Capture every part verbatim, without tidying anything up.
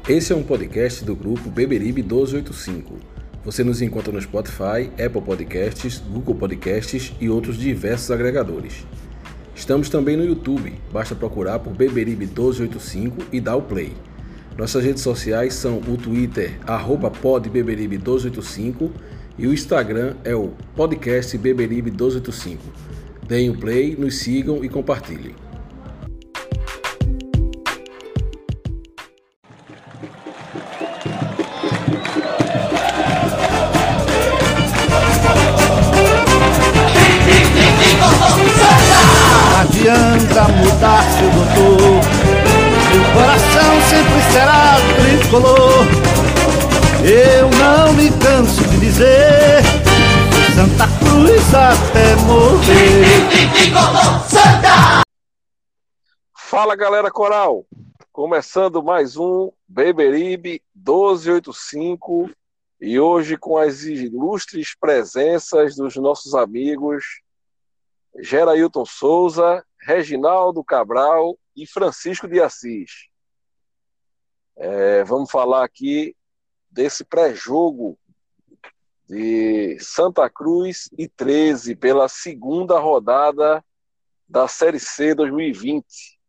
Esse é um podcast do grupo Beberibe mil duzentos e oitenta e cinco. Você nos encontra no Spotify, Apple Podcasts, Google Podcasts e outros diversos agregadores. Estamos também no YouTube, basta procurar por Beberibe mil duzentos e oitenta e cinco e dar o play. Nossas redes sociais são o Twitter, arroba podbeberibe mil duzentos e oitenta e cinco e o Instagram é o podcast Beberibe mil duzentos e oitenta e cinco. Deem o play, nos sigam e compartilhem. Adianta mudar, seu doutor, meu coração sempre será tricolor. Eu não me canso de dizer, Santa Cruz até morrer. Tricolor Santa! Fala, galera coral, começando mais um Beberibe mil duzentos e oitenta e cinco e hoje com as ilustres presenças dos nossos amigos Gerailton Souza, Reginaldo Cabral e Francisco de Assis. É, vamos falar aqui desse pré-jogo de Santa Cruz e treze pela segunda rodada da Série C dois mil e vinte.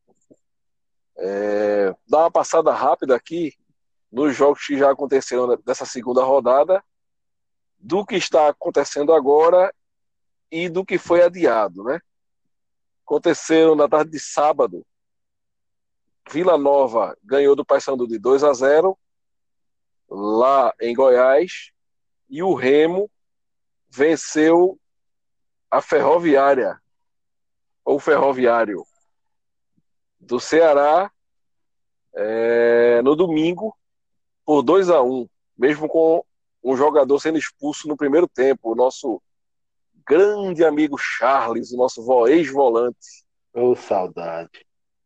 É, dá uma passada rápida aqui nos jogos que já aconteceram dessa segunda rodada, do que está acontecendo agora e do que foi adiado, né? Aconteceram na tarde de sábado. Vila Nova ganhou do Paysandu de dois a zero lá em Goiás e o Remo venceu a Ferroviária ou Ferroviário do Ceará é, no domingo por dois a um, mesmo com um jogador sendo expulso no primeiro tempo, o nosso grande amigo Charles, o nosso ex-volante. Ô, saudade.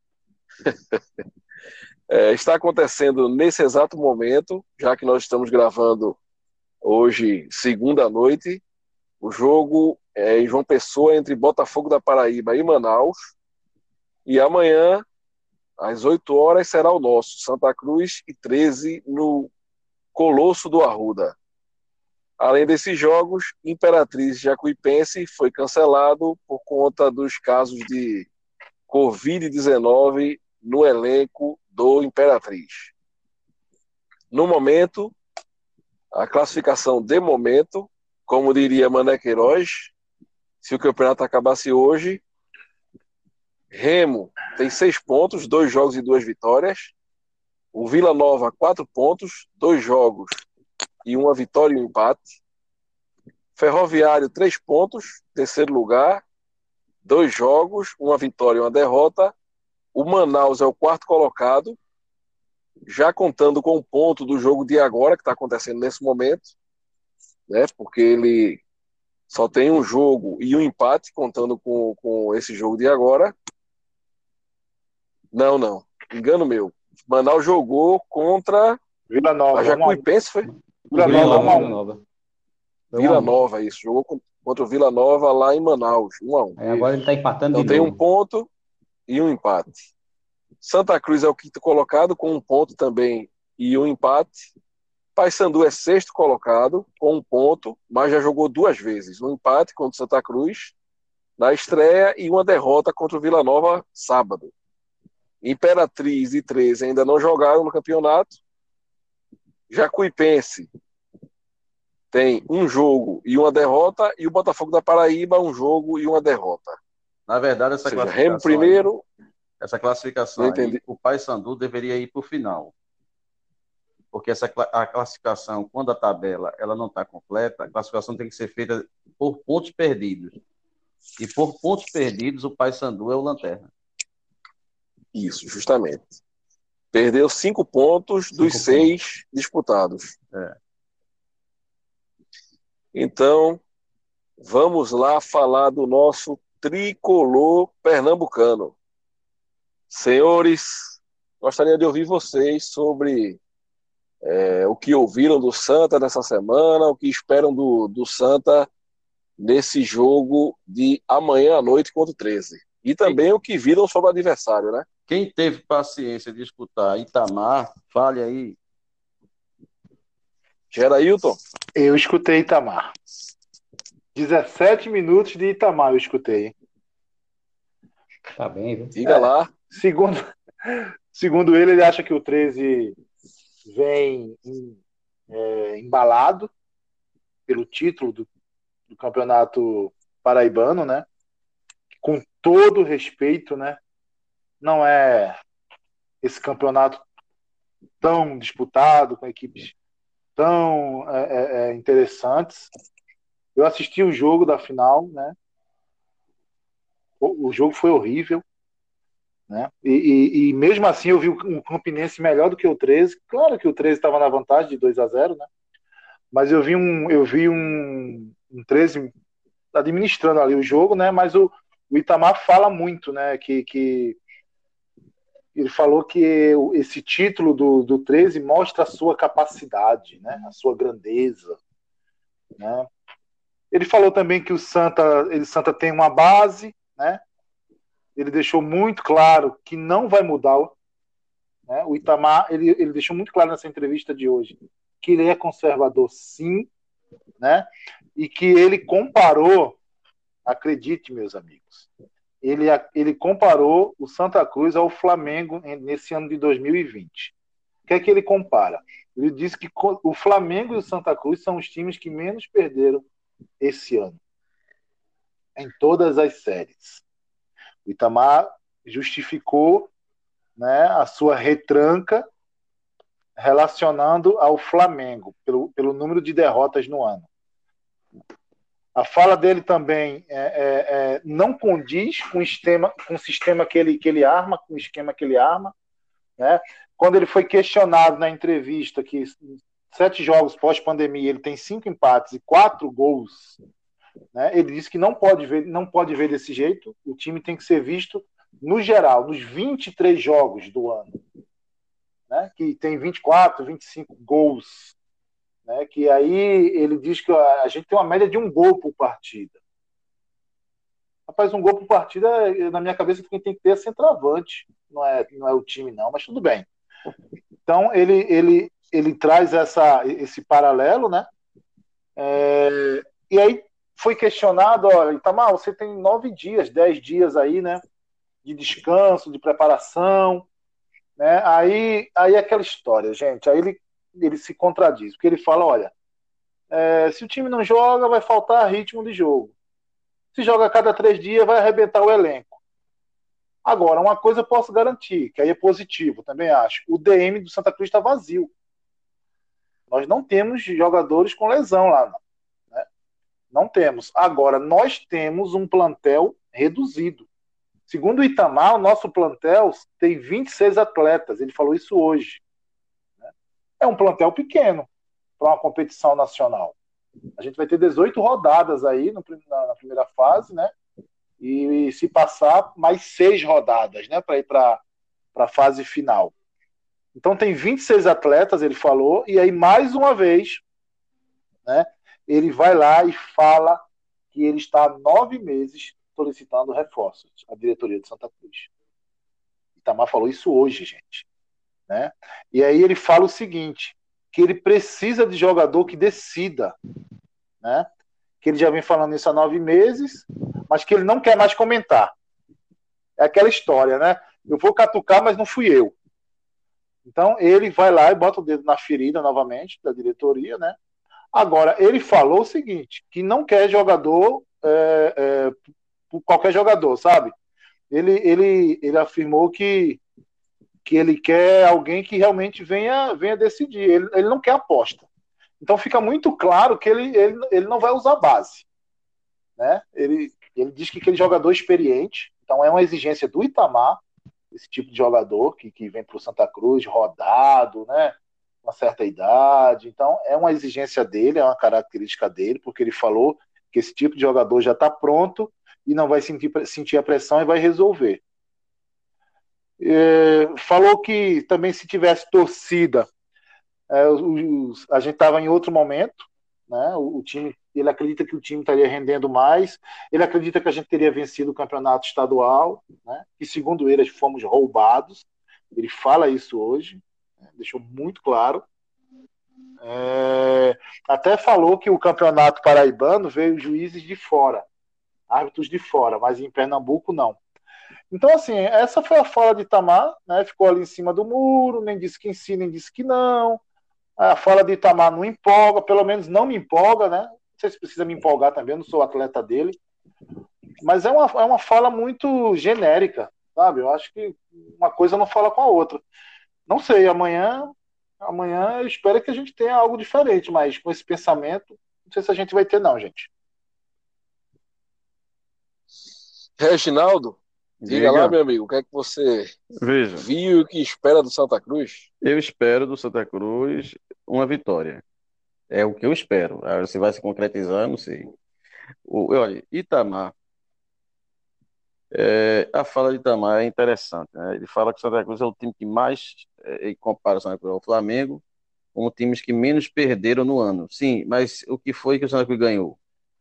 É, está acontecendo nesse exato momento, já que nós estamos gravando hoje, segunda noite, o jogo é em João Pessoa, entre Botafogo da Paraíba e Manaus, e amanhã, às oito horas, será o nosso, Santa Cruz e treze, no Colosso do Arruda. Além desses jogos, Imperatriz Jacuipense foi cancelado por conta dos casos de covid dezenove no elenco do Imperatriz. No momento, a classificação de momento, como diria Mané Queiroz, se o campeonato acabasse hoje, Remo tem seis pontos, dois jogos e duas vitórias. O Vila Nova, quatro pontos, dois jogos e uma vitória e um empate. Ferroviário, três pontos, terceiro lugar, dois jogos, uma vitória e uma derrota. O Manaus é o quarto colocado, já contando com o ponto do jogo de agora, que está acontecendo nesse momento, né, porque ele só tem um jogo e um empate, contando com, com esse jogo de agora. Não, não, engano meu. Manaus jogou contra Vila Nova. a Jacuipense, foi? Vila, Vila Nova. Nova. Vila Nova. Vila Nova, isso. Jogou contra o Vila Nova lá em Manaus, um a um. É, agora ele está empatando Então de tem novo. um ponto e um empate. Santa Cruz é o quinto colocado, com um ponto também e um empate. Paysandu é sexto colocado, com um ponto, mas já jogou duas vezes. Um empate contra o Santa Cruz na estreia e uma derrota contra o Vila Nova sábado. Imperatriz e treze ainda não jogaram no campeonato. Jacuipense tem um jogo e uma derrota, e o Botafogo da Paraíba um jogo e uma derrota. Na verdade, essa Ou seja, classificação, Remo primeiro, aí, essa classificação não aí, entendi. o Paysandu deveria ir para o final. Porque essa, a classificação, quando a tabela ela não está completa, a classificação tem que ser feita por pontos perdidos. E por pontos perdidos, o Paysandu é o lanterna. Isso, justamente. Perdeu cinco pontos dos Cinco seis disputados. É. Então, vamos lá falar do nosso tricolor pernambucano. Senhores, gostaria de ouvir vocês sobre é, o que ouviram do Santa nessa semana, o que esperam do, do Santa nesse jogo de amanhã à noite contra o treze. E também o que viram sobre o adversário, né? Quem teve paciência de escutar Itamar, fale aí. Gerailton, Eu escutei Itamar. dezessete minutos de Itamar eu escutei. Tá bem, viu? diga É. lá. Segundo, segundo ele, ele acha que o treze vem em- é, embalado pelo título do, do campeonato paraibano, né? Com todo respeito, né? Não é esse campeonato tão disputado, com equipes tão é, é, é, interessantes. Eu assisti o jogo da final, né? O, o jogo foi horrível, né? E, e, e mesmo assim eu vi um Campinense melhor do que o treze. Claro que o treze estava na vantagem de dois a zero, né? Mas eu vi um, eu vi um, um treze administrando ali o jogo, né? Mas o, o Itamar fala muito, né? Que, que ele falou que esse título do, do treze mostra a sua capacidade, né? A sua grandeza, né? Ele falou também que o Santa, ele Santa tem uma base, né? Ele deixou muito claro que não vai mudar, né? O Itamar, ele, ele deixou muito claro nessa entrevista de hoje que ele é conservador, sim, né? E que ele comparou, acredite, meus amigos, ele, ele comparou o Santa Cruz ao Flamengo nesse ano de dois mil e vinte. O que é que ele compara? Ele disse que o Flamengo e o Santa Cruz são os times que menos perderam esse ano, em todas as séries. O Itamar justificou, né, a sua retranca relacionando ao Flamengo, pelo, pelo número de derrotas no ano. A fala dele também é, é, é, não condiz com o sistema, com o sistema que, ele, que ele arma, com o esquema que ele arma. Né? Quando ele foi questionado na entrevista que sete jogos pós-pandemia ele tem cinco empates e quatro gols, né? Ele disse que não pode ver, não pode ver desse jeito. O time tem que ser visto no geral, nos vinte e três jogos do ano, né? Que tem vinte e quatro, vinte e cinco gols, né? Que aí ele diz que a gente tem uma média de um gol por partida. Rapaz, um gol por partida, na minha cabeça, quem tem que ter é centroavante, não é, não é o time não, mas tudo bem. Então ele, ele, ele traz essa, esse paralelo, né? É, e aí foi questionado, olha, Itamar, você tem nove dias, dez dias aí, né? De descanso, de preparação, né? Aí, aí é aquela história, gente. Aí ele, ele se contradiz, porque ele fala, olha, é, se o time não joga, vai faltar ritmo de jogo. Se joga a cada três dias, vai arrebentar o elenco. Agora, uma coisa eu posso garantir, que aí é positivo, também acho. O D M do Santa Cruz está vazio. Nós não temos jogadores com lesão lá, não. Né? Não temos. Agora, nós temos um plantel reduzido. Segundo o Itamar, o nosso plantel tem vinte e seis atletas. Ele falou isso hoje. Né? É um plantel pequeno para uma competição nacional. A gente vai ter dezoito rodadas aí no, na, na primeira fase, né? E, e se passar, mais seis rodadas, né? Para ir para a fase final. Então tem vinte e seis atletas, ele falou, e aí mais uma vez, né? Ele vai lá e fala que ele está há nove meses solicitando reforços, a diretoria de Santa Cruz. Itamar falou isso hoje, gente. Né? E aí ele fala o seguinte, que ele precisa de jogador que decida, né? Que ele já vem falando isso há nove meses, mas que ele não quer mais comentar. É aquela história, né? Eu vou catucar, mas não fui eu. Então ele vai lá e bota o dedo na ferida novamente da diretoria, né? Agora, ele falou o seguinte, que não quer jogador é, é, por qualquer jogador, sabe? Ele, ele, ele afirmou que, que ele quer alguém que realmente venha, venha decidir. Ele, ele não quer aposta. Então fica muito claro que ele, ele, ele não vai usar base. Né? Ele, ele diz que aquele jogador experiente, então é uma exigência do Itamar, esse tipo de jogador que, que vem para o Santa Cruz, rodado, né? Uma certa idade. Então é uma exigência dele, é uma característica dele, porque ele falou que esse tipo de jogador já está pronto e não vai sentir, sentir a pressão e vai resolver. É, falou que também se tivesse torcida, é, os, a gente estava em outro momento, né? O, o time, ele acredita que o time estaria rendendo mais, ele acredita que a gente teria vencido o campeonato estadual, né? E segundo ele, fomos roubados. Ele fala isso hoje, né? Deixou muito claro. É, até falou que o campeonato paraibano veio juízes de fora, árbitros de fora, mas em Pernambuco não. Então, assim, essa foi a fala de Itamar, né? Ficou ali em cima do muro, nem disse que sim, nem disse que não. A fala de Itamar não empolga, pelo menos não me empolga, né? Não sei se precisa me empolgar também, eu não sou atleta dele. Mas é uma, é uma fala muito genérica, sabe? Eu acho que uma coisa não fala com a outra. Não sei, amanhã, amanhã eu espero que a gente tenha algo diferente, mas com esse pensamento, não sei se a gente vai ter, não, gente. Reginaldo, diga lá, meu amigo, o que é que você Veja, viu e que espera do Santa Cruz? eu espero do Santa Cruz uma vitória. É o que eu espero. Agora, se vai se concretizar, eu não sei. O, olha, Itamar, é, a fala de Itamar é interessante, né? Ele fala que o Santa Cruz é o time que mais, é, em comparação ao Flamengo, como times que menos perderam no ano. Sim, mas o que foi que o Santa Cruz ganhou?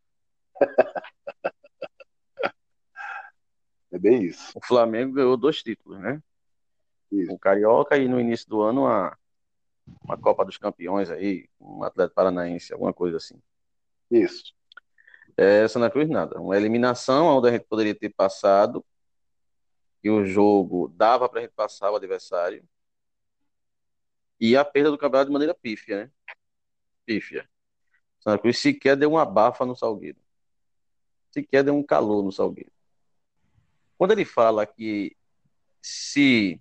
É bem isso. O Flamengo ganhou dois títulos, né? Isso. O Carioca e no início do ano a, uma Copa dos Campeões aí, um Atlético Paranaense, alguma coisa assim. Isso. É, Santa Cruz nada. Uma eliminação onde a gente poderia ter passado e o jogo dava para a gente passar o adversário e a perda do campeonato de maneira pífia, né? Pífia. Santa Cruz sequer deu uma abafa no Salgueiro. Sequer deu um calor no Salgueiro. Quando ele fala que se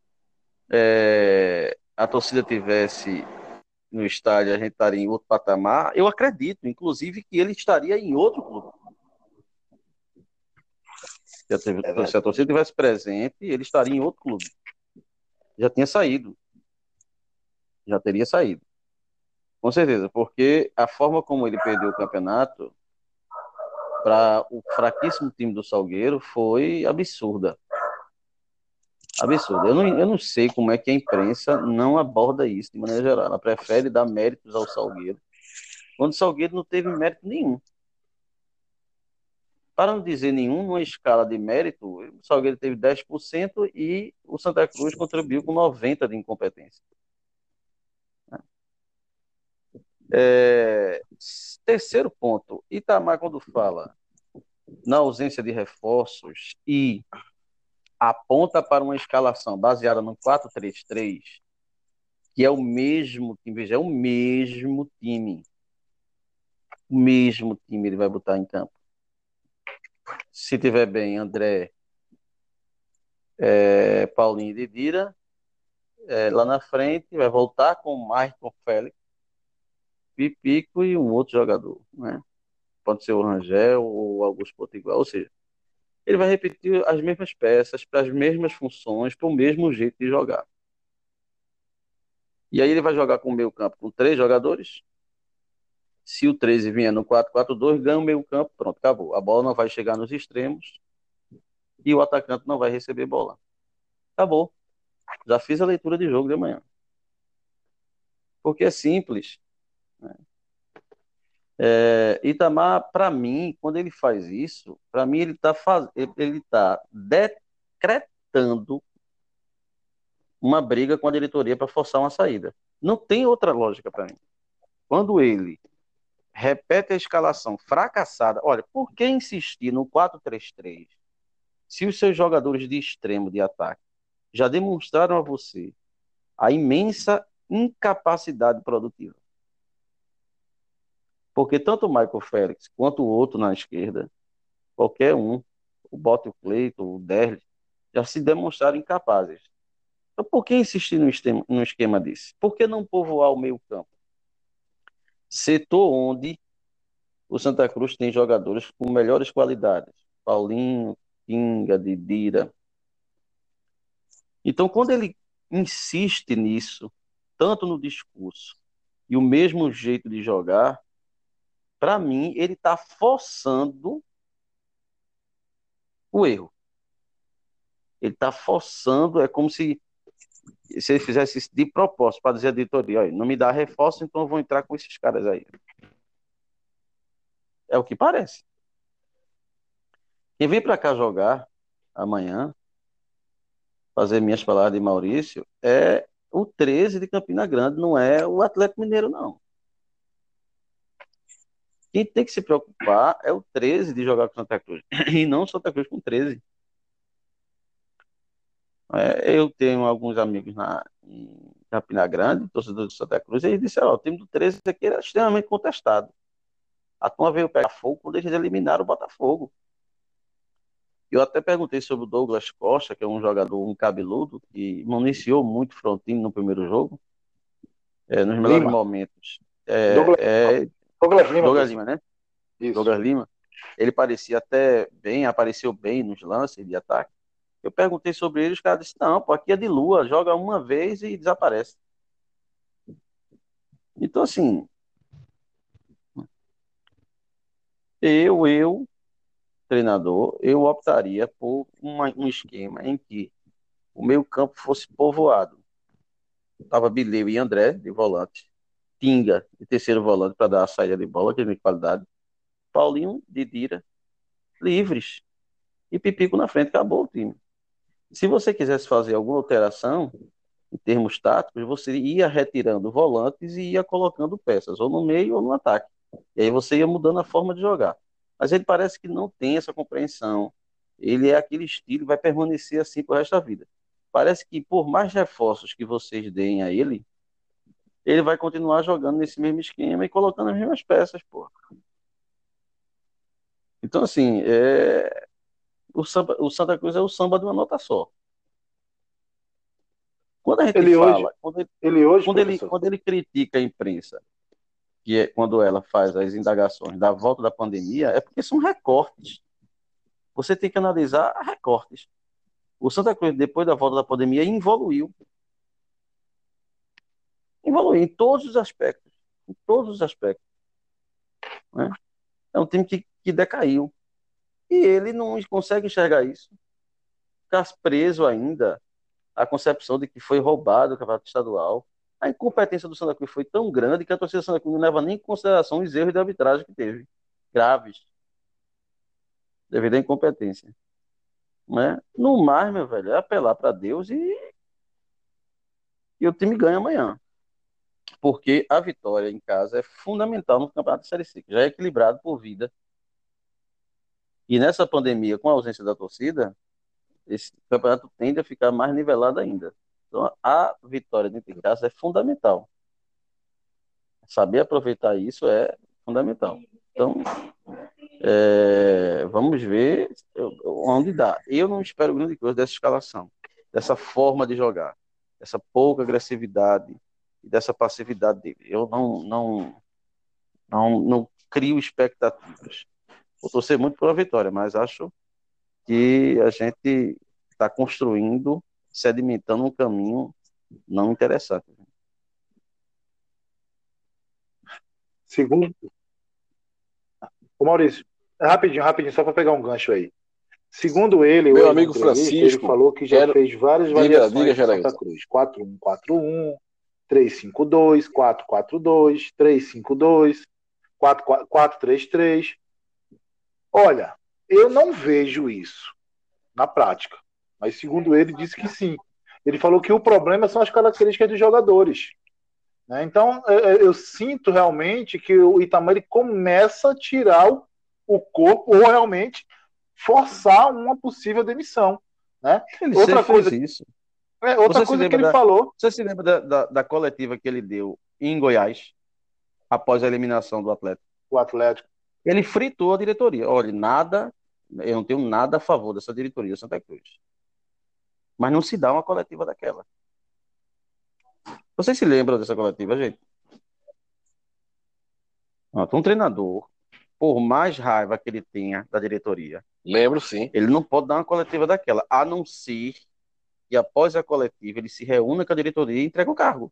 é, a torcida tivesse no estádio, a gente estaria em outro patamar, eu acredito, inclusive, que ele estaria em outro clube. Se a, É se a torcida tivesse presente, ele estaria em outro clube. Já tinha saído. Já teria saído. Com certeza, porque a forma como ele perdeu o campeonato para o fraquíssimo time do Salgueiro foi absurda. Absurda. Eu não, eu não sei como é que a imprensa não aborda isso de maneira geral. Ela prefere dar méritos ao Salgueiro, quando o Salgueiro não teve mérito nenhum. Para não dizer nenhum, numa escala de mérito, o Salgueiro teve dez por cento e o Santa Cruz contribuiu com noventa por cento de incompetência. É, terceiro ponto, Itamar, quando fala na ausência de reforços e aponta para uma escalação baseada no quatro três três, que é o mesmo time, veja, é o mesmo time. O mesmo time ele vai botar em campo. Se tiver bem, André, é, Paulinho e Didira, é, lá na frente, vai voltar com o Maicon Félix, Pipico e um outro jogador, né? Pode ser o Rangel ou o Augusto Potiguar, ou seja, ele vai repetir as mesmas peças, para as mesmas funções, para o mesmo jeito de jogar. E aí ele vai jogar com o meio campo com três jogadores. Se o treze vier no quatro quatro dois, ganha o meio campo, pronto, acabou. A bola não vai chegar nos extremos e o atacante não vai receber bola. Acabou. Já fiz a leitura de jogo de amanhã. Porque é simples. Né? É, Itamar, para mim, quando ele faz isso, para mim ele está faz... ele tá decretando uma briga com a diretoria para forçar uma saída. Não tem outra lógica para mim. Quando ele repete a escalação fracassada, olha, por que insistir no quatro três três se os seus jogadores de extremo de ataque já demonstraram a você a imensa incapacidade produtiva? Porque tanto o Michael Félix quanto o outro na esquerda, qualquer um, o Bota o Cleiton, o Derli, já se demonstraram incapazes. Então, por que insistir num esquema, num esquema desse? Por que não povoar o meio campo? Setor onde o Santa Cruz tem jogadores com melhores qualidades. Paulinho, Kinga, Didira. Então, quando ele insiste nisso, tanto no discurso e o mesmo jeito de jogar, para mim, ele está forçando o erro. Ele está forçando, é como se, se ele fizesse isso de propósito, para dizer à diretoria, olha, não me dá reforço, então eu vou entrar com esses caras aí. É o que parece. Quem vem para cá jogar amanhã, fazer minhas palavras de Maurício, é o treze de Campina Grande, não é o Atlético Mineiro, não. Quem tem que se preocupar é o treze de jogar com Santa Cruz, e não Santa Cruz com treze. É, eu tenho alguns amigos na, em Campina Grande, torcedores de Santa Cruz, e eles disseram, ó, o time do treze aqui era extremamente contestado. A turma veio pegar fogo quando eles eliminaram o Botafogo. Eu até perguntei sobre o Douglas Costa, que é um jogador, um cabeludo, que municiou muito Frontino no primeiro jogo, é, nos melhores Lima. momentos. É, Douglas, é, Douglas Lima. Douglas Lima, né? Isso. Douglas Lima. Ele parecia até bem, apareceu bem nos lances de ataque. Eu perguntei sobre ele, os caras disseram, não, pô, aqui é de lua, joga uma vez e desaparece. Então, assim, eu, eu, treinador, eu optaria por uma, um esquema em que o meio campo fosse povoado. Tava Bileu e André, de volante. Tinga, de terceiro volante, para dar a saída de bola, que tem qualidade. Paulinho, Didira, livres. E Pipico na frente, acabou o time. Se você quisesse fazer alguma alteração, em termos táticos, você ia retirando volantes e ia colocando peças, ou no meio ou no ataque. E aí você ia mudando a forma de jogar. Mas ele parece que não tem essa compreensão. Ele é aquele estilo, vai permanecer assim pro resto da vida. Parece que por mais reforços que vocês deem a ele, ele vai continuar jogando nesse mesmo esquema e colocando as mesmas peças, pô. Então, assim, é... o, samba, o Santa Cruz é o samba de uma nota só. Quando a gente Ele fala, hoje, quando, ele, ele hoje, quando, ele, professor, quando ele critica a imprensa, que é quando ela faz as indagações da volta da pandemia, é porque são recortes. Você tem que analisar recortes. O Santa Cruz, depois da volta da pandemia, evoluiu. Evoluiu em todos os aspectos. Em todos os aspectos. Né? É um time que, que decaiu. E ele não consegue enxergar isso. Ficar preso ainda à concepção de que foi roubado o campeonato estadual. A incompetência do Santa Cruz foi tão grande que a torcida do Santa Cruz não leva nem em consideração os erros de arbitragem que teve. Graves. Devido à incompetência. Né? No mais, meu velho, é apelar para Deus e... e o time ganha amanhã. Porque a vitória em casa é fundamental no campeonato de Série C, que já é equilibrado por vida. E nessa pandemia, com a ausência da torcida, esse campeonato tende a ficar mais nivelado ainda. Então, a vitória dentro de casa é fundamental. Saber aproveitar isso é fundamental. Então, é, vamos ver onde dá. Eu não espero grande coisa dessa escalação, dessa forma de jogar, dessa pouca agressividade e dessa passividade dele. Eu não, não, não, não crio expectativas. Vou torcer muito pela vitória, mas acho que a gente está construindo, sedimentando um caminho não interessante. Segundo. Ô Maurício, rapidinho, rapidinho, só para pegar um gancho aí. Segundo ele, Meu hoje, amigo Francisco, ele falou que já quero... fez várias diga, variações diga, de Santa Jaraíza. Cruz. quatro um quatro um, três cinco dois, quatro quatro dois, três cinco dois, quatro três três. Olha, eu não vejo isso na prática, mas segundo ele, disse que sim. Ele falou que o problema são as características dos jogadores. Né? Então, eu sinto realmente que o Itamar ele começa a tirar o, o corpo ou realmente forçar uma possível demissão. Né? Ele outra sempre coisa, fez isso. É, outra Você coisa que ele da, falou... Você se lembra da, da, da coletiva que ele deu em Goiás, após a eliminação do Atlético? O Atlético. Ele fritou a diretoria. Olha, nada, eu não tenho nada a favor dessa diretoria Santa Cruz. Mas não se dá uma coletiva daquela. Vocês se lembram dessa coletiva, gente? Um treinador, por mais raiva que ele tenha da diretoria, lembro sim, ele não pode dar uma coletiva daquela, a não ser que após a coletiva ele se reúna com a diretoria e entregue o cargo.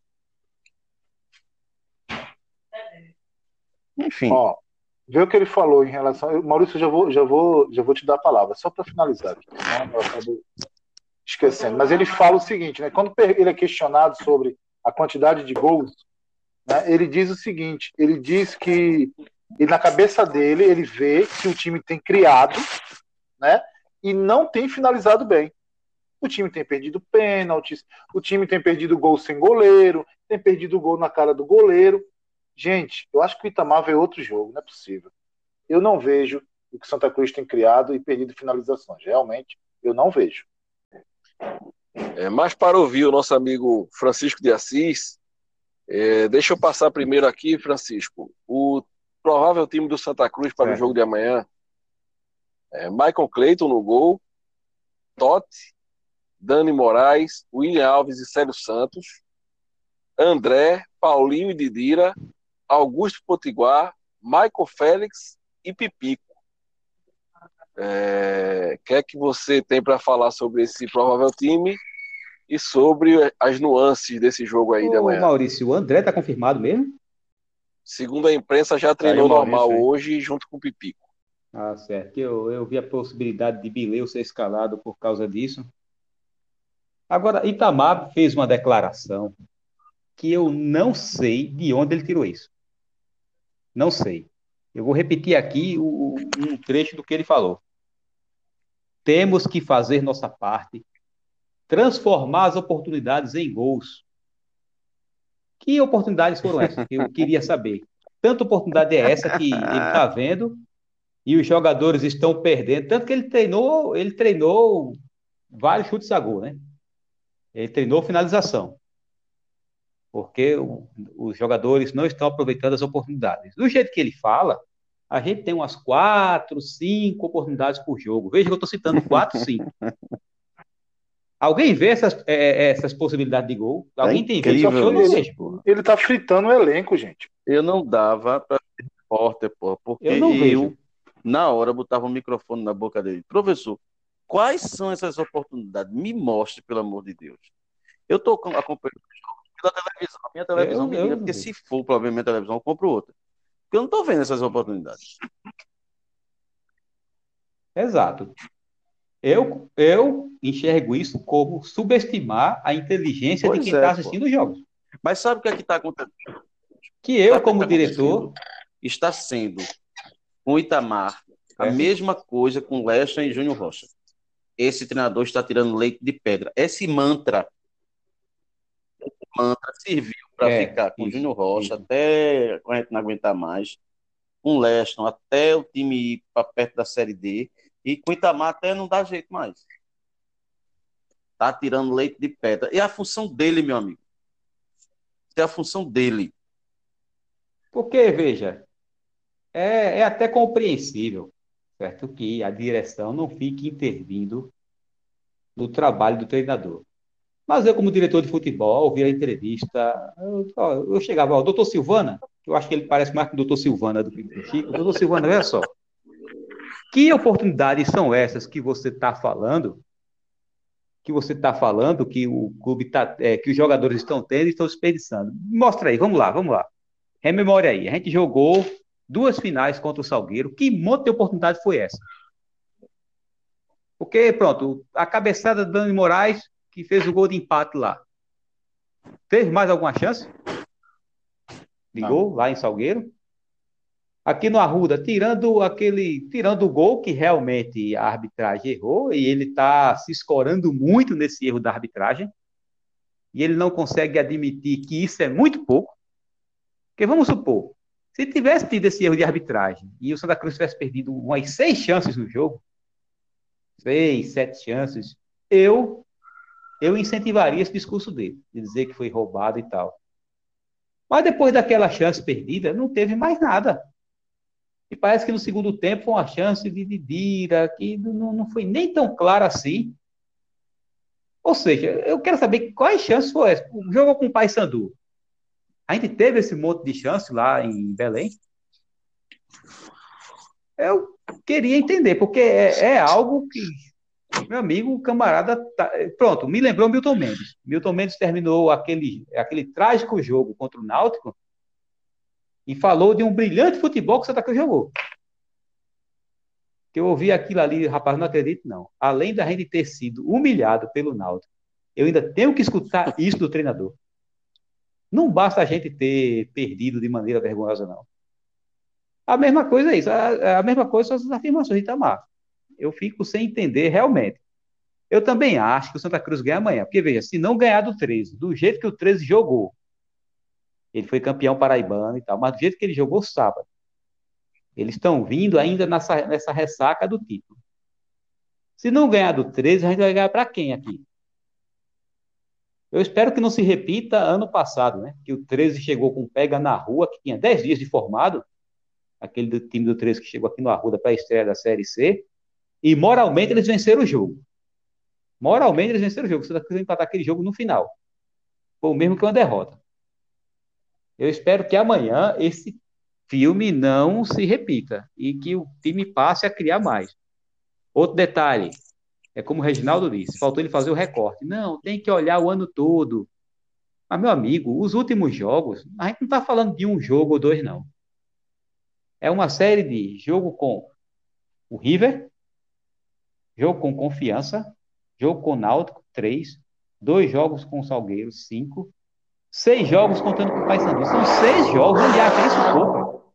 Enfim. Ó, vê o que ele falou em relação... Eu, Maurício, eu já vou, já, vou, já vou te dar a palavra, só para finalizar aqui. Né? Eu acabo esquecendo. Mas ele fala o seguinte, né? Quando ele é questionado sobre a quantidade de gols, né, ele diz o seguinte, ele diz que E na cabeça dele, ele vê que o time tem criado, né? E não tem finalizado bem. O time tem perdido pênaltis, o time tem perdido gol sem goleiro, tem perdido gol na cara do goleiro. Gente, eu acho que o Itamar vê outro jogo, não é possível. Eu não vejo o que Santa Cruz tem criado e perdido finalizações. Realmente, eu não vejo. É, mas para ouvir o nosso amigo Francisco de Assis, é, deixa eu passar primeiro aqui, Francisco, o provável time do Santa Cruz para certo. O jogo de amanhã é Michael Clayton no gol, Totti, Dani Moraes, William Alves e Célio Santos, André, Paulinho e Didira, Augusto Potiguar, Michael Félix e Pipico. É, o que é que você tem para falar sobre esse provável time e sobre as nuances desse jogo aí Ô, de amanhã? Maurício, o André tá confirmado mesmo? Segundo a imprensa, já treinou tá normal Maurício, hoje junto com o Pipico. Ah, certo. Eu, eu vi a possibilidade de Bileu ser escalado por causa disso. Agora, Itamar fez uma declaração que eu não sei de onde ele tirou isso. Não sei. Eu vou repetir aqui o, um trecho do que ele falou. Temos que fazer nossa parte, transformar as oportunidades em gols. Que oportunidades foram essas? Eu queria saber. Tanta oportunidade é essa que ele está vendo e os jogadores estão perdendo. Tanto que ele treinou, ele treinou vários chutes a gol, né? Ele treinou finalização. Porque o, os jogadores não estão aproveitando as oportunidades. Do jeito que ele fala, a gente tem umas quatro, cinco oportunidades por jogo. Veja que eu estou citando quatro, cinco. Alguém vê essas, é, essas possibilidades de gol? Alguém é tem visto? Ele, ele tá fritando o elenco, gente. Eu não dava para ser repórter, pô, porque eu, não eu na hora, botava o microfone na boca dele. Professor, quais são essas oportunidades? Me mostre, pelo amor de Deus. Eu estou acompanhando o jogo pela televisão. A minha televisão eu, me diga, porque se for para ver minha televisão, eu compro outra. Porque eu não estou vendo essas oportunidades. Exato. Eu, eu enxergo isso como subestimar a inteligência pois de quem está é, assistindo os jogos. Mas sabe o que é que está acontecendo? Que eu, sabe como que tá diretor... Está sendo, com o Itamar, a é. mesma coisa com Lester e Júnior Rocha. Esse treinador está tirando leite de pedra. Esse mantra, esse mantra serviu para é, ficar com o Júnior Rocha isso. até a gente não aguentar mais, com o Lester até o time ir para perto da Série D, e com o Itamar até não dá jeito mais. Está tirando leite de pedra. E a função dele, meu amigo. É a função dele. Porque, veja, é, é até compreensível, certo? Que a direção não fique intervindo no trabalho do treinador. Mas eu, como diretor de futebol, ouvi a entrevista, eu, eu chegava, ó, doutor Silvana, que eu acho que ele parece mais com o doutor Silvana do que o Chico. Doutor Silvana, olha só. Que oportunidades são essas que você está falando, que você está falando, que o clube tá, é, que os jogadores estão tendo e estão desperdiçando? Mostra aí, vamos lá, vamos lá. Rememore aí. A gente jogou duas finais contra o Salgueiro. Que monte de oportunidade foi essa? Porque, pronto, a cabeçada do Dani Moraes, que fez o gol de empate lá. Teve mais alguma chance de Não. gol lá em Salgueiro? Aqui no Arruda, tirando aquele, tirando o gol que realmente a arbitragem errou, e ele está se escorando muito nesse erro da arbitragem, e ele não consegue admitir que isso é muito pouco. Porque vamos supor, se tivesse tido esse erro de arbitragem e o Santa Cruz tivesse perdido umas seis chances no jogo, seis, sete chances, eu, eu incentivaria esse discurso dele, de dizer que foi roubado e tal. Mas depois daquela chance perdida, não teve mais nada. E parece que no segundo tempo foi uma chance de Didira, que não, não foi nem tão clara assim. Ou seja, eu quero saber quais chances foi essa. O jogo com o Paysandu. A gente teve esse monte de chance lá em Belém. Eu queria entender, porque é, é algo que, meu amigo, o camarada... Tá, pronto, me lembrou Milton Mendes. Milton Mendes terminou aquele, aquele trágico jogo contra o Náutico e falou de um brilhante futebol que o Santa Cruz jogou. Que eu ouvi aquilo ali, rapaz, não acredito não. Além da gente ter sido humilhado pelo Náutico, eu ainda tenho que escutar isso do treinador. Não basta a gente ter perdido de maneira vergonhosa, não. A mesma coisa é isso. A, a mesma coisa são as afirmações de Itamar. Eu fico sem entender realmente. Eu também acho que o Santa Cruz ganha amanhã. Porque, veja, se não ganhar do treze, do jeito que o treze jogou, ele foi campeão paraibano e tal, mas do jeito que ele jogou sábado, eles estão vindo ainda nessa, nessa ressaca do título. Se não ganhar do treze, a gente vai ganhar para quem aqui? Eu espero que não se repita ano passado, né? Que o treze chegou com pega na rua, que tinha dez dias de formado, aquele do time do treze que chegou aqui no Arruda para a estreia da Série C, e moralmente eles venceram o jogo. Moralmente eles venceram o jogo. Você vai empatar aquele jogo no final. Foi o mesmo que uma derrota. Eu espero que amanhã esse filme não se repita e que o time passe a criar mais. Outro detalhe, é como o Reginaldo disse, faltou ele fazer o recorte. Não, tem que olhar o ano todo. Mas, meu amigo, os últimos jogos, a gente não está falando de um jogo ou dois, não. É uma série de jogo com o River, jogo com Confiança, jogo com Náutico, três, dois jogos com o Salgueiro, cinco, seis jogos contando com o Paysandu. São seis jogos, ele acha isso pouco.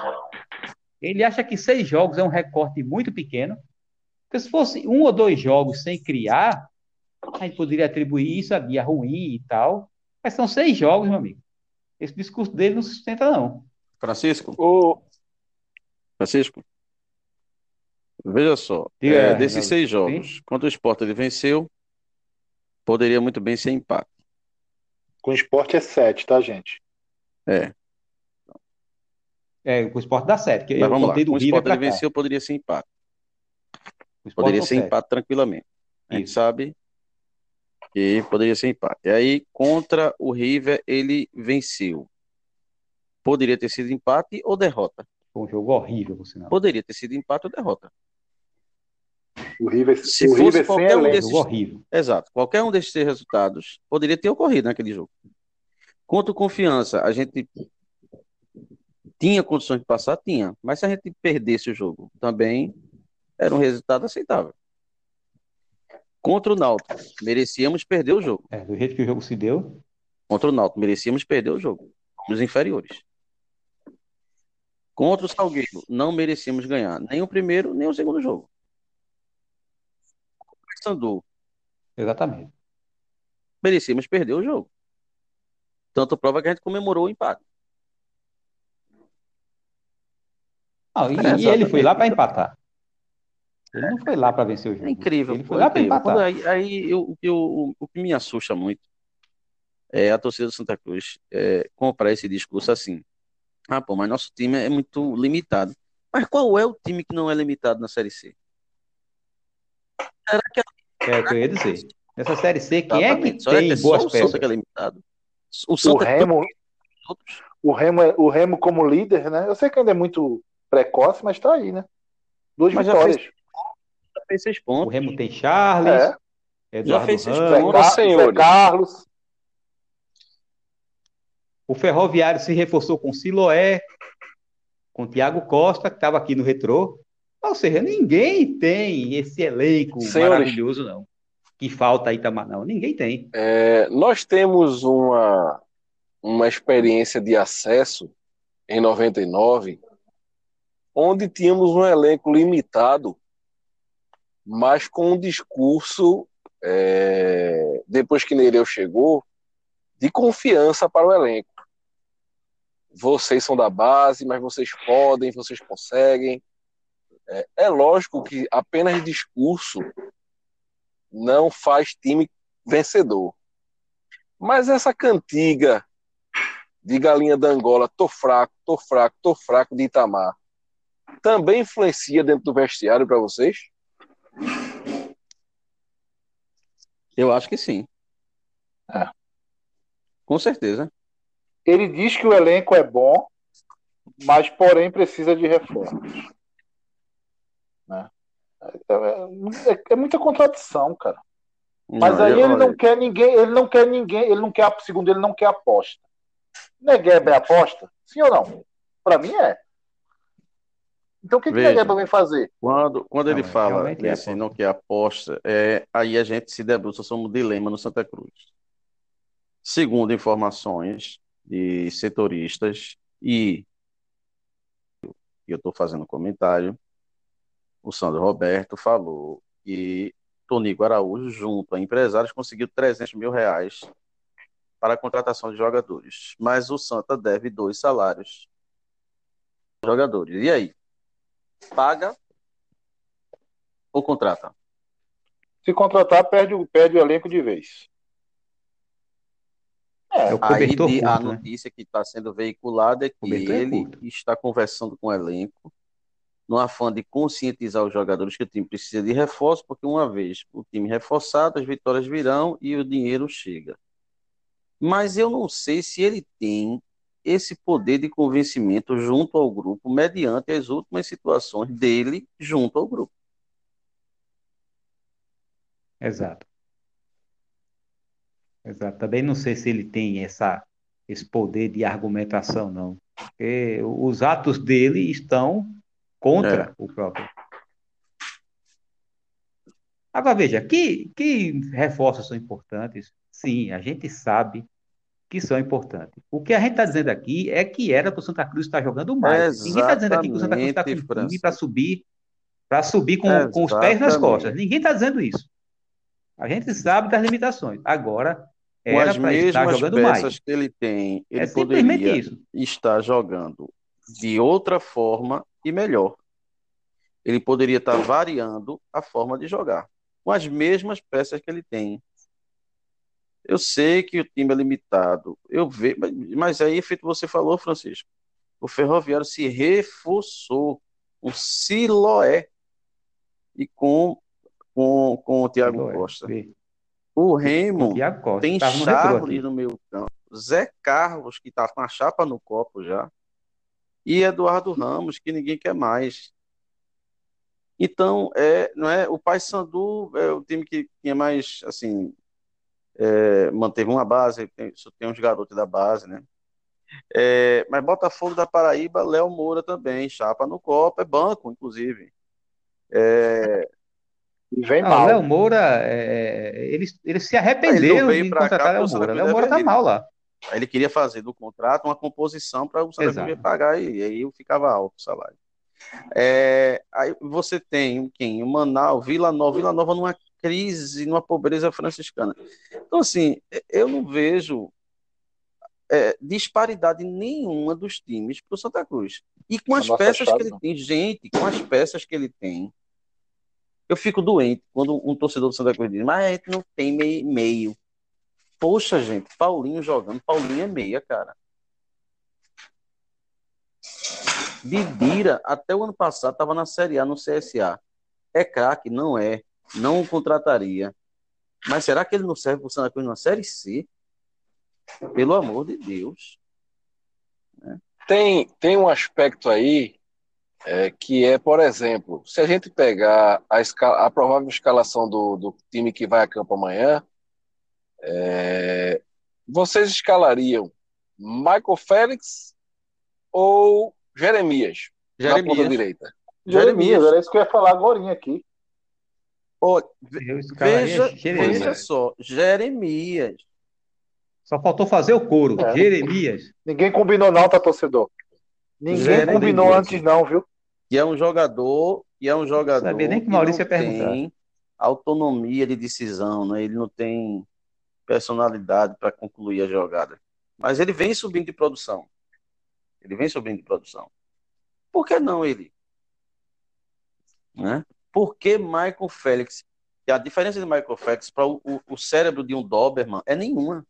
Ele acha que seis jogos é um recorte muito pequeno, porque se fosse um ou dois jogos sem criar, a gente poderia atribuir isso a dia ruim e tal, mas são seis jogos, meu amigo. Esse discurso dele não se sustenta, não. Francisco, O, Francisco, veja só, Diga, é, desses Reinaldo. seis Sim? jogos, quando o Sport ele venceu, poderia muito bem ser empate. Com o esporte é sete, tá, gente? É, É, o Sport dá sete, que mas eu vamos lá. contei do Com o River Sport ele para cá. venceu, poderia ser empate. O Sport Poderia são ser sete. empate tranquilamente. A gente Isso. sabe que poderia ser empate. E aí, contra o River, ele venceu. Poderia ter sido empate ou derrota. Foi um jogo horrível, por sinal. Poderia ter sido empate ou derrota. O River, Se o fosse River sem qualquer um elenco. desses, Jogo horrível. exato, qualquer um desses resultados poderia ter ocorrido naquele jogo. Contra o Confiança, a gente tinha condições de passar? Tinha. Mas se a gente perdesse o jogo, também era um resultado aceitável. Contra o Náutico, merecíamos perder o jogo. É, do jeito que o jogo se deu, Contra o Náutico, merecíamos perder o jogo. Fomos inferiores. Contra o Salgueiro, não merecíamos ganhar nem o primeiro, nem o segundo jogo. Contra o Paysandu, exatamente. merecíamos perder o jogo. Tanto prova que a gente comemorou o empate. Não, e, É, e ele foi lá para exatamente. empatar. Ele não foi lá para vencer o É jogo. incrível, Ele pô, foi é lá para incrível. Quando empatar. aí, aí eu, o, que eu- o que me assusta muito é a torcida do Santa Cruz é, comprar esse discurso assim. Ah, pô, mas nosso time é muito limitado. Mas qual é o time que não é limitado na Série C? Será que é É o que eu ia dizer. Nessa Série C, quem é que exatamente? Será que é tem só boas o Santa peças? que é limitado? O O Santa é tão Remo, os outros. o Remo, é- o Remo como líder, né? Eu sei que ainda é muito precoce, mas tá aí, né? Duas Mas já fez, vitórias. já fez seis O pontos. Remo tem Charles, É. Já Eduardo fez seis Zé, Ramos. pontos. Ca- Zé senhores. Carlos. O Ferroviário se reforçou com Siloé, com Thiago Costa, que estava aqui no Retrô. Ou seja, ninguém tem esse elenco Senhores, maravilhoso, não. Que falta aí Itamar, não. Ninguém tem. é, nós temos uma, uma experiência de acesso em noventa e nove, onde tínhamos um elenco limitado, mas com um discurso, é, depois que Nereu chegou, de confiança para o elenco. Vocês são da base, mas vocês podem, vocês conseguem. É, é lógico que apenas discurso não faz time vencedor. Mas essa cantiga de galinha da Angola, tô fraco, tô fraco, tô fraco, de Itamar, também influencia dentro do vestiário para vocês? Eu acho que sim. É. Com certeza. Ele diz que o elenco é bom, mas porém precisa de reforços. Né? É, é- é muita contradição, cara. Mas Não, aí eu- ele não olha, quer ninguém, ele não quer ninguém, ele não quer, segundo ele, não quer aposta. Negueba é aposta? Sim ou não? Pra mim é. Então o que, que veja, Negueba vem fazer? quando, quando Não, ele é, fala realmente é nesse aposta. não quer aposta, é, aí a gente se debruça sobre um dilema no Santa Cruz. Segundo informações de setoristas e e eu estou fazendo um comentário, o Sandro Roberto falou que Tonico Araújo, junto a empresários, conseguiu trezentos mil reais para a contratação de jogadores. Mas o Santa deve dois salários aos jogadores. E aí? Paga ou contrata? Se contratar, perde, o- perde o elenco de vez. É o Aí cobertor de- a curto, né? notícia que está sendo veiculada é que Cobertor é ele curto. está conversando com o elenco no afã de conscientizar os jogadores que o time precisa de reforço, porque uma vez o time reforçado, as vitórias virão e o dinheiro chega. Mas eu não sei se ele tem esse poder de convencimento junto ao grupo, mediante as últimas situações dele junto ao grupo. Exato. Exato. Também não sei se ele tem essa, esse poder de argumentação, não. Porque os atos dele estão contra É. o próprio. Agora, veja, que, que reforços são importantes? Sim, a gente sabe que são importantes. O que a gente está dizendo aqui é que era para o Santa Cruz estar jogando mais. Ninguém está dizendo aqui que o Santa Cruz está com Exatamente, um time para Francisco. subir, para subir com, com os pés nas costas. Exatamente. Ninguém está dizendo isso. A gente sabe das limitações. Agora, Com era as para estar mesmas jogando mais. peças que ele tem, É ele simplesmente poderia isso. estar jogando de outra forma e melhor. Ele poderia estar variando a forma de jogar, com as mesmas peças que ele tem. Eu sei que o time é limitado, eu vejo, mas- mas aí, feito você falou, Francisco, o Ferroviário se reforçou, um Siloé, e com, com, com o Thiago Siloé. Costa. Vê. O Com o Remo Thiago Costa. tem Estava no retrô Charles aqui. no meio campo, Zé Carlos, que está com a chapa no copo já, e Eduardo Ramos, que ninguém quer mais. Então, é, não é, o Paysandu é o time que tinha mais, assim, é, manteve uma base, tem, só tem uns garotos da base, né? É, mas Botafogo da Paraíba, Léo Moura também, chapa no copo, é banco, inclusive. É, E vem Ah, o Léo mal. Moura, é, eles, eles se ele não arrependeram veio de para cá contratar porque Léo o Santa Moura. Cruz Léo Moura devia tá ele. mal lá. Aí ele queria fazer do contrato uma composição para o Santa Cruz Exato. pagar e, e aí ficava alto o salário. É, aí você tem quem? O Manaus, Vila Nova, Vila Nova numa crise, numa pobreza franciscana. Então, assim, eu não vejo é, disparidade nenhuma dos times para o Santa Cruz. E com A as nossa peças que chave, ele não. tem, gente, com as peças que ele tem, eu fico doente quando um torcedor do Santa Cruz diz, mas a gente não tem meio. meio. Poxa, gente, Paulinho jogando, Paulinho é meia, cara. Bibira, até o ano passado, estava na Série A, no C S A. É craque? Não é. Não o contrataria. Mas será que ele não serve para o Santa Cruz na Série C? Pelo amor de Deus. Tem, tem um aspecto aí é, que é, por exemplo, se a gente pegar a, escala, a provável escalação do, do time que vai a campo amanhã, é, vocês escalariam Michael Félix ou Jeremias na ponta Jeremias. direita? Jeremias, era isso que eu ia falar agora aqui. Olha, Eu escalaria veja, Jeremias. veja só, Jeremias. Só faltou fazer o coro. É. Jeremias. Ninguém combinou não, tá, torcedor? Ninguém Jeremias. combinou antes não, viu? Que é um jogador, que é um jogador Sabia nem que que Maurício não ia perguntar. tem autonomia de decisão, né? Ele não tem personalidade para concluir a jogada. Mas ele vem subindo de produção. Ele vem subindo de produção. Por que não ele? Né? Por que Michael Félix? E a diferença de Michael Félix para o, o, o cérebro de um Doberman é nenhuma.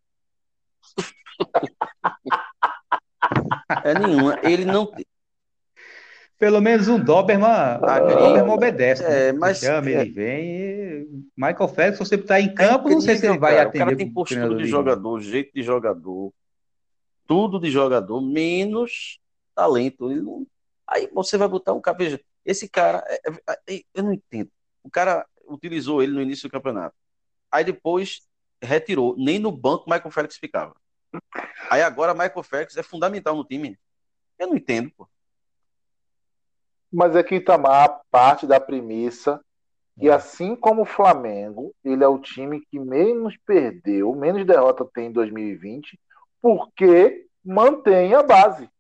É nenhuma. Ele não tem. Pelo menos um Doberman, Ah, o Doberman obedece, né? é, mas Você chama, é, ele vem. E... Michael Phelps, se você botar em é campo, não sei se incrível, ele vai cara. O atender cara tem o postura treinador de de ramo. jogador, jeito de jogador, tudo de jogador, menos talento. Ele não... Aí você vai botar um cara. Veja, esse cara, é, é, é, eu não entendo. O cara utilizou ele no início do campeonato. Aí depois retirou. Nem no banco Michael Félix ficava. Aí agora Michael Félix é fundamental no time. Eu não entendo, pô. Mas é que Itamar parte da premissa que, assim como o Flamengo, ele é o time que menos perdeu, menos derrota tem em dois mil e vinte, porque mantém a base.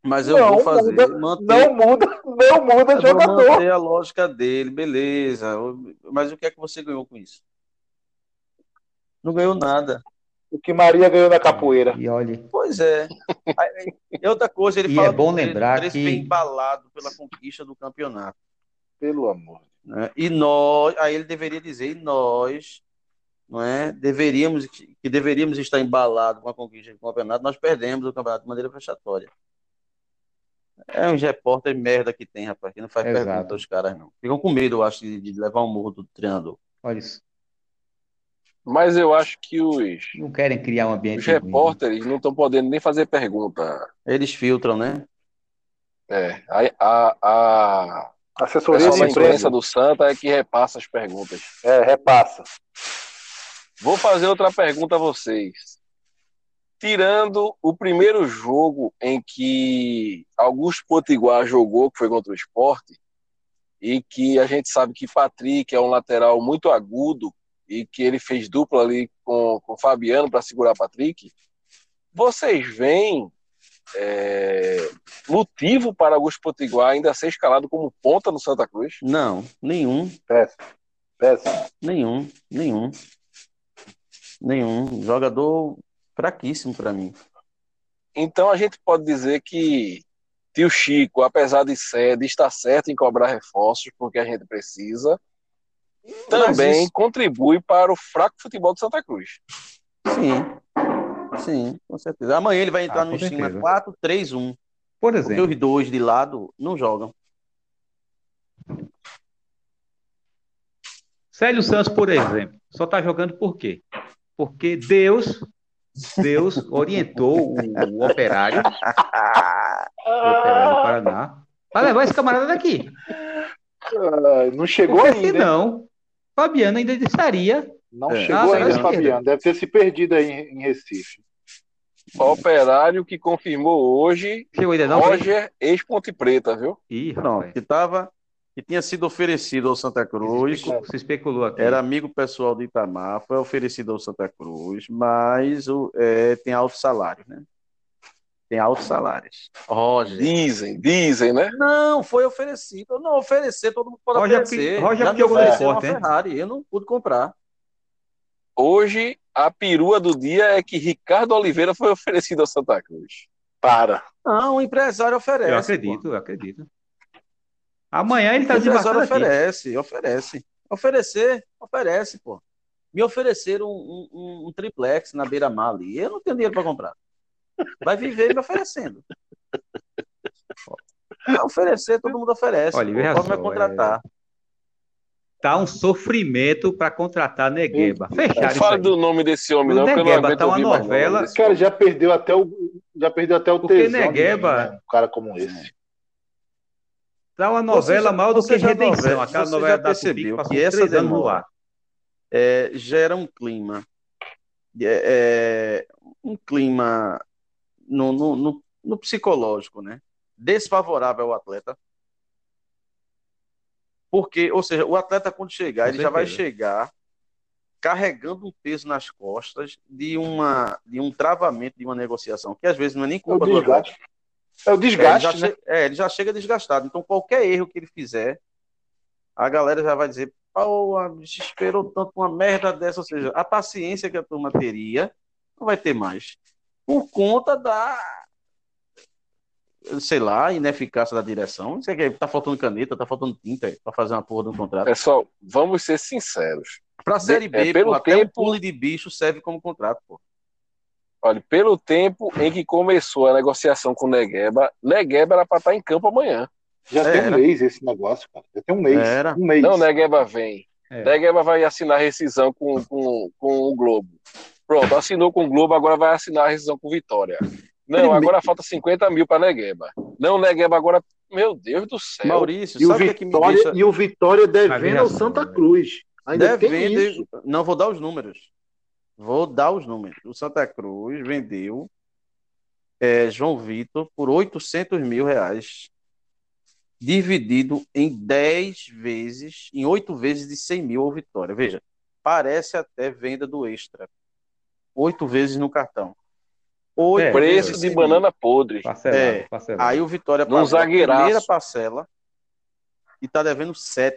Mas eu Não vou fazer, muda, manter, não muda, não muda eu vou jogador. manter a lógica dele, beleza. Mas o que é que você ganhou com isso? Não ganhou nada. O que Maria ganhou na capoeira. E olha, Pois é. Aí, e outra coisa, ele e fala é bom do Crespo. O lembrar Crespo vem que embalado pela conquista do campeonato, Pelo amor. né? E nós, aí ele deveria dizer, e nós, não é? Deveríamos, que deveríamos estar embalados com a conquista do campeonato, nós perdemos o campeonato de maneira vexatória. É uns repórter merda que tem, rapaz, que não faz Exato. pergunta aos caras, não. Ficam com medo, eu acho, de, de levar um murro do treinador. olha isso, Mas eu acho que os, não querem criar um os ambiente ruim. repórteres não estão podendo nem fazer pergunta. Eles filtram, né? É, a, a, a Assessoria pessoal de da imprensa imprensa. do Santa é que repassa as perguntas. É, repassa. Vou fazer outra pergunta a vocês. Tirando o primeiro jogo em que Augusto Potiguar jogou, que foi contra o Sport, e que a gente sabe que Patrick é um lateral muito agudo e que ele fez dupla ali com o Fabiano para segurar Patrick, vocês veem é, motivo para Augusto Potiguar ainda ser escalado como ponta no Santa Cruz? Não, nenhum, Péssimo. Péssimo. nenhum, nenhum, nenhum. Jogador fraquíssimo para mim. Então a gente pode dizer que tio Chico, apesar de, ser, de estar certo em cobrar reforços, porque a gente precisa, também isso... contribui para o fraco futebol do Santa Cruz. Sim, sim, com certeza. Amanhã ele vai entrar Ah, no com esquema certeza. quatro três um, Por porque exemplo, os dois de lado não jogam. Célio Santos, por exemplo, só está jogando por quê? Porque Deus, Deus orientou o, o operário, o operário do Paraná, para levar esse camarada daqui. Ah, não chegou Porque ainda, hein? senão, Fabiano ainda estaria. Não É, chegou ah, ainda, tá Fabiano. Deve ter se perdido aí em, em Recife. Operário que confirmou hoje Chegou ainda não, foi? Roger, ex-Ponte Preta, viu? Ih, Não, rapaz. que tava, que tinha sido oferecido ao Santa Cruz, Se especulou, se especulou aqui. era amigo pessoal do Itamar, foi oferecido ao Santa Cruz, mas o, é, tem altos salários, né? Tem altos salários. Roger. Dizem, dizem, né? Não, foi oferecido. Não, oferecer, todo mundo pode Roger oferecer. que- Roger Já que me jogou no ofereceram uma Sport, né? Ferrari, eu não pude comprar. Hoje, a perua do dia é que Ricardo Oliveira foi oferecido ao Santa Cruz. Para. Não, o empresário oferece. Eu acredito, eu acredito. Amanhã ele Pô. está O empresário desembarcando aqui. oferece, oferece. Oferecer, oferece, pô. Me ofereceram um, um, um triplex na beira-mar ali. Eu não tenho dinheiro para comprar. Vai viver me oferecendo. Vai oferecer, todo mundo oferece. Olha, Pô, veja pode me só, contratar. Tá um sofrimento para contratar Negueba. Fecharam isso Fala aí. do nome desse homem, O não, que eu não Negueba aguento tá uma ouvir mais não o nome novela. desse Cara, homem. já perdeu até o, já perdeu até o Porque tesão de Negueba- vir, né? Um cara como esse. Tá uma novela já- maior do você que já Redenção. novela- Aquela você novela já da Tupi que percebeu passou que essa três anos no demora ar. é, gera um clima, é, é, um clima no, no, no, no psicológico, né? Desfavorável ao atleta. Porque, ou seja, o atleta quando chegar, Com ele já vai certeza. chegar carregando um peso nas costas de, uma, de um travamento de uma negociação, que às vezes não é nem É o culpa do atleta. desgaste. É o É, ele já desgaste, né? che- é, ele já chega desgastado. Então, qualquer erro que ele fizer, a galera já vai dizer, pô, a bicho esperou tanto uma merda dessa. Ou seja, a paciência que a turma teria não vai ter mais. Por conta da, sei lá, ineficácia da direção. Não sei o que, tá faltando caneta, tá faltando tinta para fazer uma porra de um contrato. Pessoal, vamos ser sinceros. Pra Série B, é, pelo pô, até um tempo- pule de bicho serve como contrato, pô. Olha, pelo tempo em que começou a negociação com o Negueba, Negueba era para estar em campo amanhã. Já tem um Era. mês esse negócio, cara. Já tem um mês. Era. Um mês. Não, Negueba vem. É. Negueba vai assinar rescisão com, com, com o Globo. Pronto, assinou com o Globo, agora vai assinar a rescisão com o Vitória. Não, Primeiro- agora falta cinquenta mil para Negueba. Não, Negueba agora... Meu Deus do céu. Maurício, E o, sabe o que é que me Vitória, deixa e o Vitória devendo veja ao só, Santa velho. Cruz. Ainda tem devendo? isso. Não, vou dar os números. Vou dar os números. O Santa Cruz vendeu é, João Vitor por oitocentos mil reais, dividido em dez vezes, em oito vezes de cem mil ao Vitória. Veja, parece até venda do Extra. Oito vezes no cartão. Oito É, Preço vezes de cem banana podre. Parcelado, É. parcelado. Aí o Vitória Num pagou a zagueiraço. primeira parcela e tá devendo sete.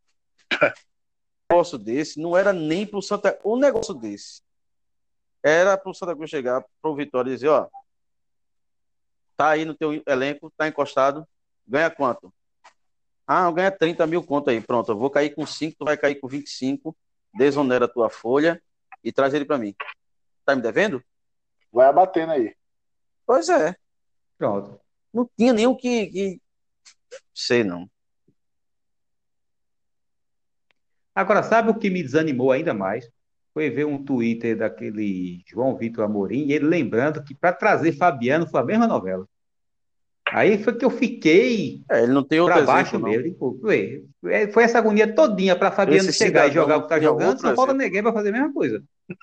Um negócio desse não era nem pro Santa... Um negócio desse era pro Santa Cruz chegar pro Vitória e dizer, ó, tá aí no teu elenco, tá encostado, ganha quanto? Ah, ganha trinta mil conto aí, pronto, eu vou cair com cinco, tu vai cair com vinte e cinco, desonera a tua folha e traz ele pra mim. Tá me devendo? Vai abatendo aí. Pois é, Pronto. não tinha nem o que... que... Sei não. Agora, sabe o que me desanimou ainda mais? Foi ver um Twitter daquele João Vitor Amorim, e ele lembrando que para trazer Fabiano foi a mesma novela. Aí foi que eu fiquei É, ele não tem outro para baixo exemplo, não. mesmo. Tipo, ué, é, foi essa agonia todinha para Fabiano Esse chegar e cidadão jogar o não que tá tinha jogando, outro só falta exemplo. ninguém para fazer a mesma coisa.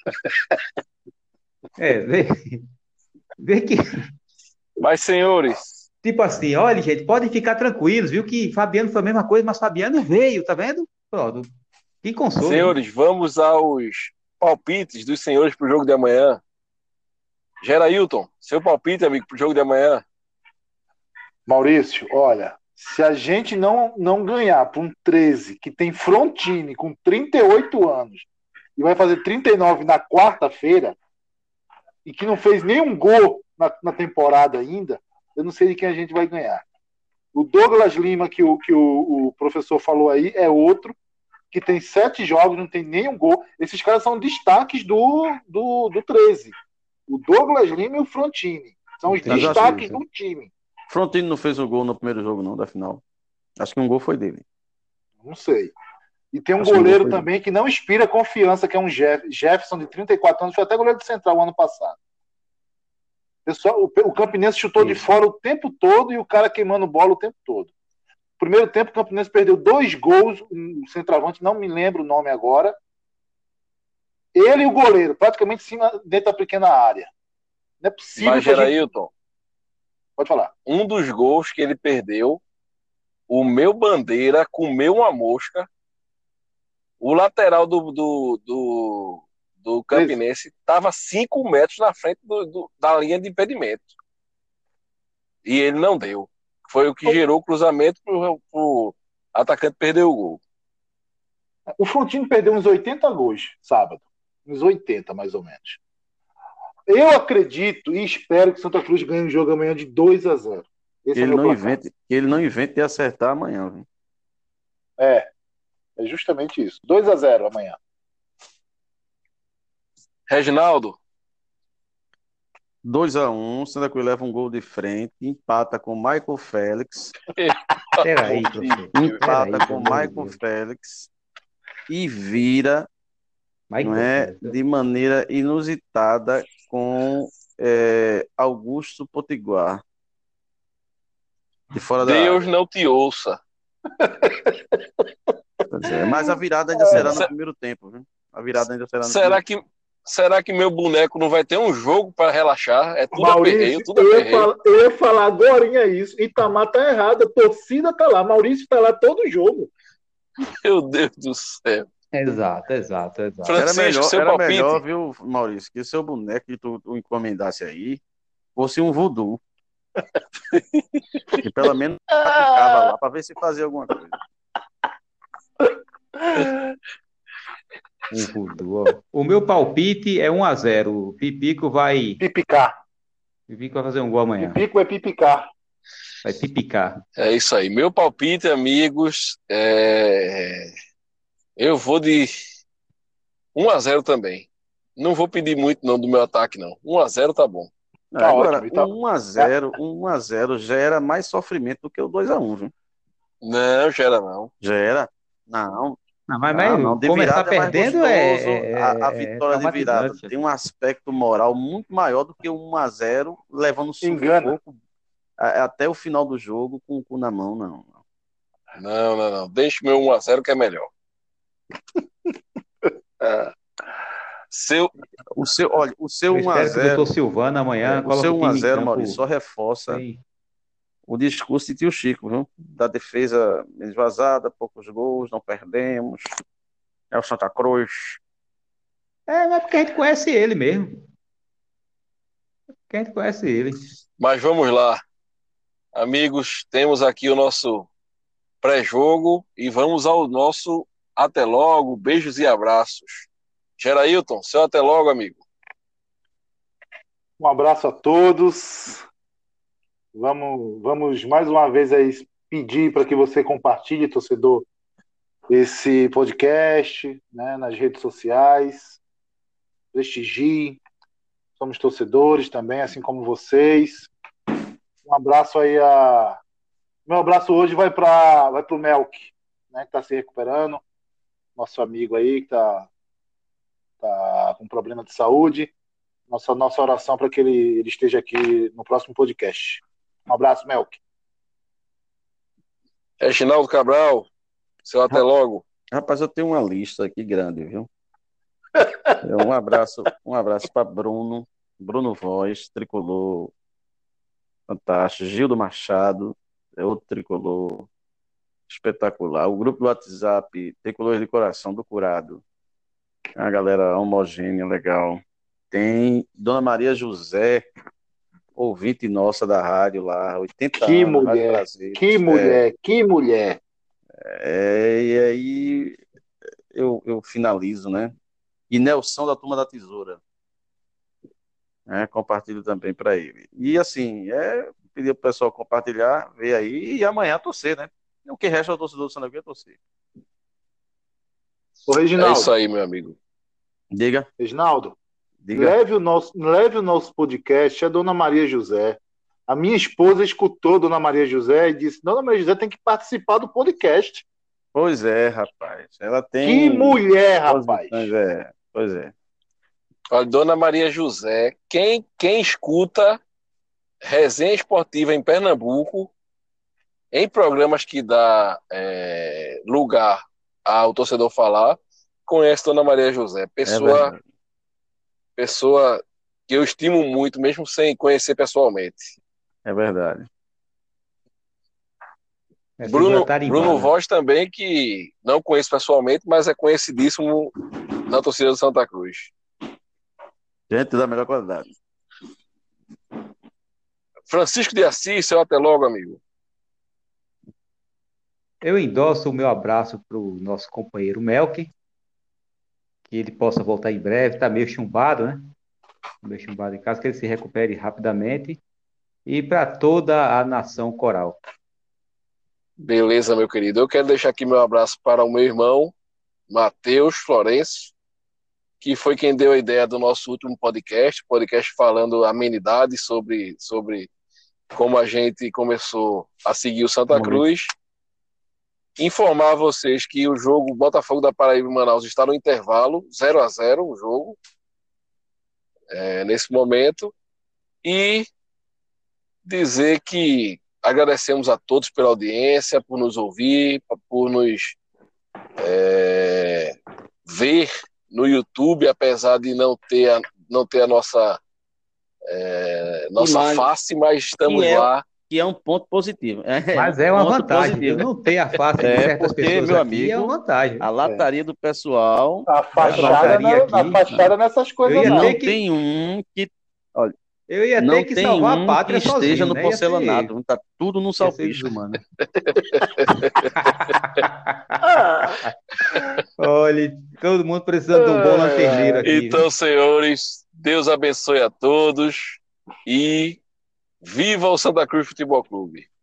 É, vê, vê que, Mas, senhores, tipo assim, olha, gente, podem ficar tranquilos, viu que Fabiano foi a mesma coisa, mas Fabiano veio, tá vendo? Pronto, que consolo. Viu? senhores, vamos aos palpites dos senhores pro jogo de amanhã. Gerailton, seu palpite, amigo, pro jogo de amanhã. Maurício, olha, se a gente não, não ganhar para um treze que tem Frontini com trinta e oito anos e vai fazer trinta e nove na quarta-feira e que não fez nenhum gol na, na temporada ainda, eu não sei de quem a gente vai ganhar. O Douglas Lima, que o, que o, o professor falou aí, é outro que tem sete jogos, não tem nenhum gol. Esses caras são destaques do, do, do treze. O Douglas Lima e o Frontini. São os Mas eu acho destaques isso. do time. Frontino não fez o gol no primeiro jogo, não, da final. Acho que um gol foi dele. Não sei. E tem um Acho que goleiro não foi também que não inspira confiança, que é um Jeff, Jefferson, de trinta e quatro anos, foi até goleiro de Central o ano passado. Pessoal, o, o Campinense chutou Isso. de fora o tempo todo e o cara queimando bola o tempo todo. Primeiro tempo, o Campinense perdeu dois gols, o centroavante, não me lembro o nome agora. Ele e o goleiro, praticamente em cima, dentro da pequena área. Não é possível Mas, que a gente... Gerailton, Pode falar. um dos gols que ele perdeu, o meu Bandeira comeu uma mosca. O lateral do, do, do, do Campinense estava cinco metros na frente do, do, da linha de impedimento. E ele não deu. Foi o que gerou o cruzamento para o atacante perder o gol. O Frontino perdeu uns oitenta gols sábado. Uns oitenta, mais ou menos. Eu acredito e espero que Santa Cruz ganhe o jogo amanhã de dois a zero. Esse Ele é meu não placar. invente, ele não invente de acertar amanhã. Viu? É, é justamente isso. dois a zero amanhã. Reginaldo, dois a um, Santa Cruz leva um gol de frente, empata com Michael Félix, Peraí, professor. empata Peraí, com pelo amor de Michael Deus. Félix e vira, Michael não é, Phelps. de maneira inusitada com é, Augusto Potiguar. De fora da Deus área. não te ouça. Pois é, mas a virada ainda será no primeiro tempo, viu? A virada ainda será no Será primeiro que, será que meu boneco não vai ter um jogo para relaxar? É tudo Maurício, aperreio, tudo eu, ia aperreio. falar, eu ia falar agora isso. Itamar tá errado, a torcida tá lá. Maurício tá lá todo jogo. Meu Deus do céu. Exato, exato, exato. Era Francisco, melhor, seu era palpite. melhor, viu, Maurício, que seu boneco que tu, tu encomendasse aí fosse um voodoo. Que pelo menos ficava lá para ver se fazia alguma coisa. Um voodoo, ó. O meu palpite é um a zero. O Pipico vai. Pipicar. Pipico vai fazer um gol amanhã. Pipico é pipicar. Vai pipicar. É isso aí. Meu palpite, amigos, é... eu vou de um a zero também. Não vou pedir muito não do meu ataque, não. um a zero tá bom. Tá Agora, ótimo, tá- um 1 a zero, um a zero já era mais sofrimento do que o dois a um, viu? Não, gera não. Já era. Não, Não, mas, não, mas não. De começar virada é mais perdendo gostoso. é, é, a, a é vitória de virada traumatizante. tem um aspecto moral muito maior do que um a zero levando Engana. sufoco a- até o final do jogo com o cu na mão, não. Não, não, não. Deixa o meu um a zero que é melhor. É. Seu... O seu, olha, o seu Eu um a espero que o zero, doutor Silvano amanhã é, o coloque seu o um a time em zero, campo Maurício, só reforça sem- o discurso de tio Chico, viu? Da defesa esvazada, poucos gols, não perdemos. É o Santa Cruz. É, mas é porque a gente conhece ele mesmo. que a gente conhece ele. Mas vamos lá. Amigos, temos aqui o nosso pré-jogo e vamos ao nosso até logo. Beijos e abraços. Gerailton, seu até logo, amigo. Um abraço a todos. Vamos, vamos mais uma vez aí pedir para que você compartilhe, torcedor, esse podcast, né, nas redes sociais. Prestigie. Somos torcedores também, assim como vocês. Um abraço aí a... Meu abraço hoje vai para vai o Melk, né, que está se recuperando. Nosso amigo aí que está tá com problema de saúde. Nossa, nossa oração para que ele, ele esteja aqui no próximo podcast. Um abraço, Melk. Reginaldo Cabral, seu até logo. Rapaz, eu tenho uma lista aqui grande, viu? Um abraço, um abraço para Bruno, Bruno Voz, tricolor fantástico, Gildo Machado, é outro tricolor espetacular. O grupo do WhatsApp, Tricolores de Coração do Curado, é uma galera homogênea, legal. Tem Dona Maria José, ouvinte nossa da rádio lá, oitenta Que anos, Rádio mulher, Brasil. que mulher, é, que mulher. É, e aí eu, eu finalizo, né? E Nelson da Turma da Tesoura. É, compartilho também para ele. E assim, é pedir pro pessoal compartilhar, ver aí, e amanhã torcer, né? O que resta ao torcedor do Santa Cruz é torcer. Ô, É Reginaldo, isso aí, meu amigo. Diga, Reginaldo, diga. leve o, nosso, leve o nosso podcast a Dona Maria José. A minha esposa escutou Dona Maria José e disse: Dona Maria José tem que participar do podcast. Pois é, rapaz. Ela tem. Que mulher, rapaz. Pois é, pois é. Olha, Dona Maria José, quem, quem escuta resenha esportiva em Pernambuco, em programas que dá é, lugar ao torcedor falar, conhece Dona Maria José. É Pessoa, verdade. pessoa que eu estimo muito, mesmo sem conhecer pessoalmente. É verdade. É Bruno, figura tarimbada. Bruno Voz também, que não conheço pessoalmente, mas é conhecidíssimo na torcida do Santa Cruz. Gente da melhor qualidade. Francisco de Assis, seu até logo, amigo. Eu endosso o meu abraço para o nosso companheiro Melk, que ele possa voltar em breve. Está meio chumbado, né? Meio chumbado em casa, que ele se recupere rapidamente. E para toda a nação coral. Beleza, meu querido. Eu quero deixar aqui meu abraço para o meu irmão, Matheus Florencio, que foi quem deu a ideia do nosso último podcast, podcast falando amenidades sobre, sobre como a gente começou a seguir o Santa Cruz. Informar a vocês que o jogo Botafogo da Paraíba e Manaus está no intervalo, zero a zero o jogo, é, nesse momento. E dizer que agradecemos a todos pela audiência, por nos ouvir, por nos é, ver no YouTube, apesar de não ter a, não ter a nossa, é, nossa Imagem. face, mas estamos Que é- lá. Que é um ponto positivo. É, Mas um é uma ponto vantagem. positivo. Eu não tenho a face de É, certas porque, pessoas meu aqui, é amigo, uma vantagem. A lataria do pessoal. A fachada, botaria na, aqui, a fachada nessas coisas Eu ia não. Não ter que- tem um que Eu ia não ter que tem salvar um a pátria que esteja sozinho, no né? Ia ser- porcelanato. Tá tudo no ia ser salpicho. desumano. Olha, todo mundo precisando de um bom lanterneiro aqui. viu? Então, senhores, Deus abençoe a todos e viva o Santa Cruz Futebol Clube.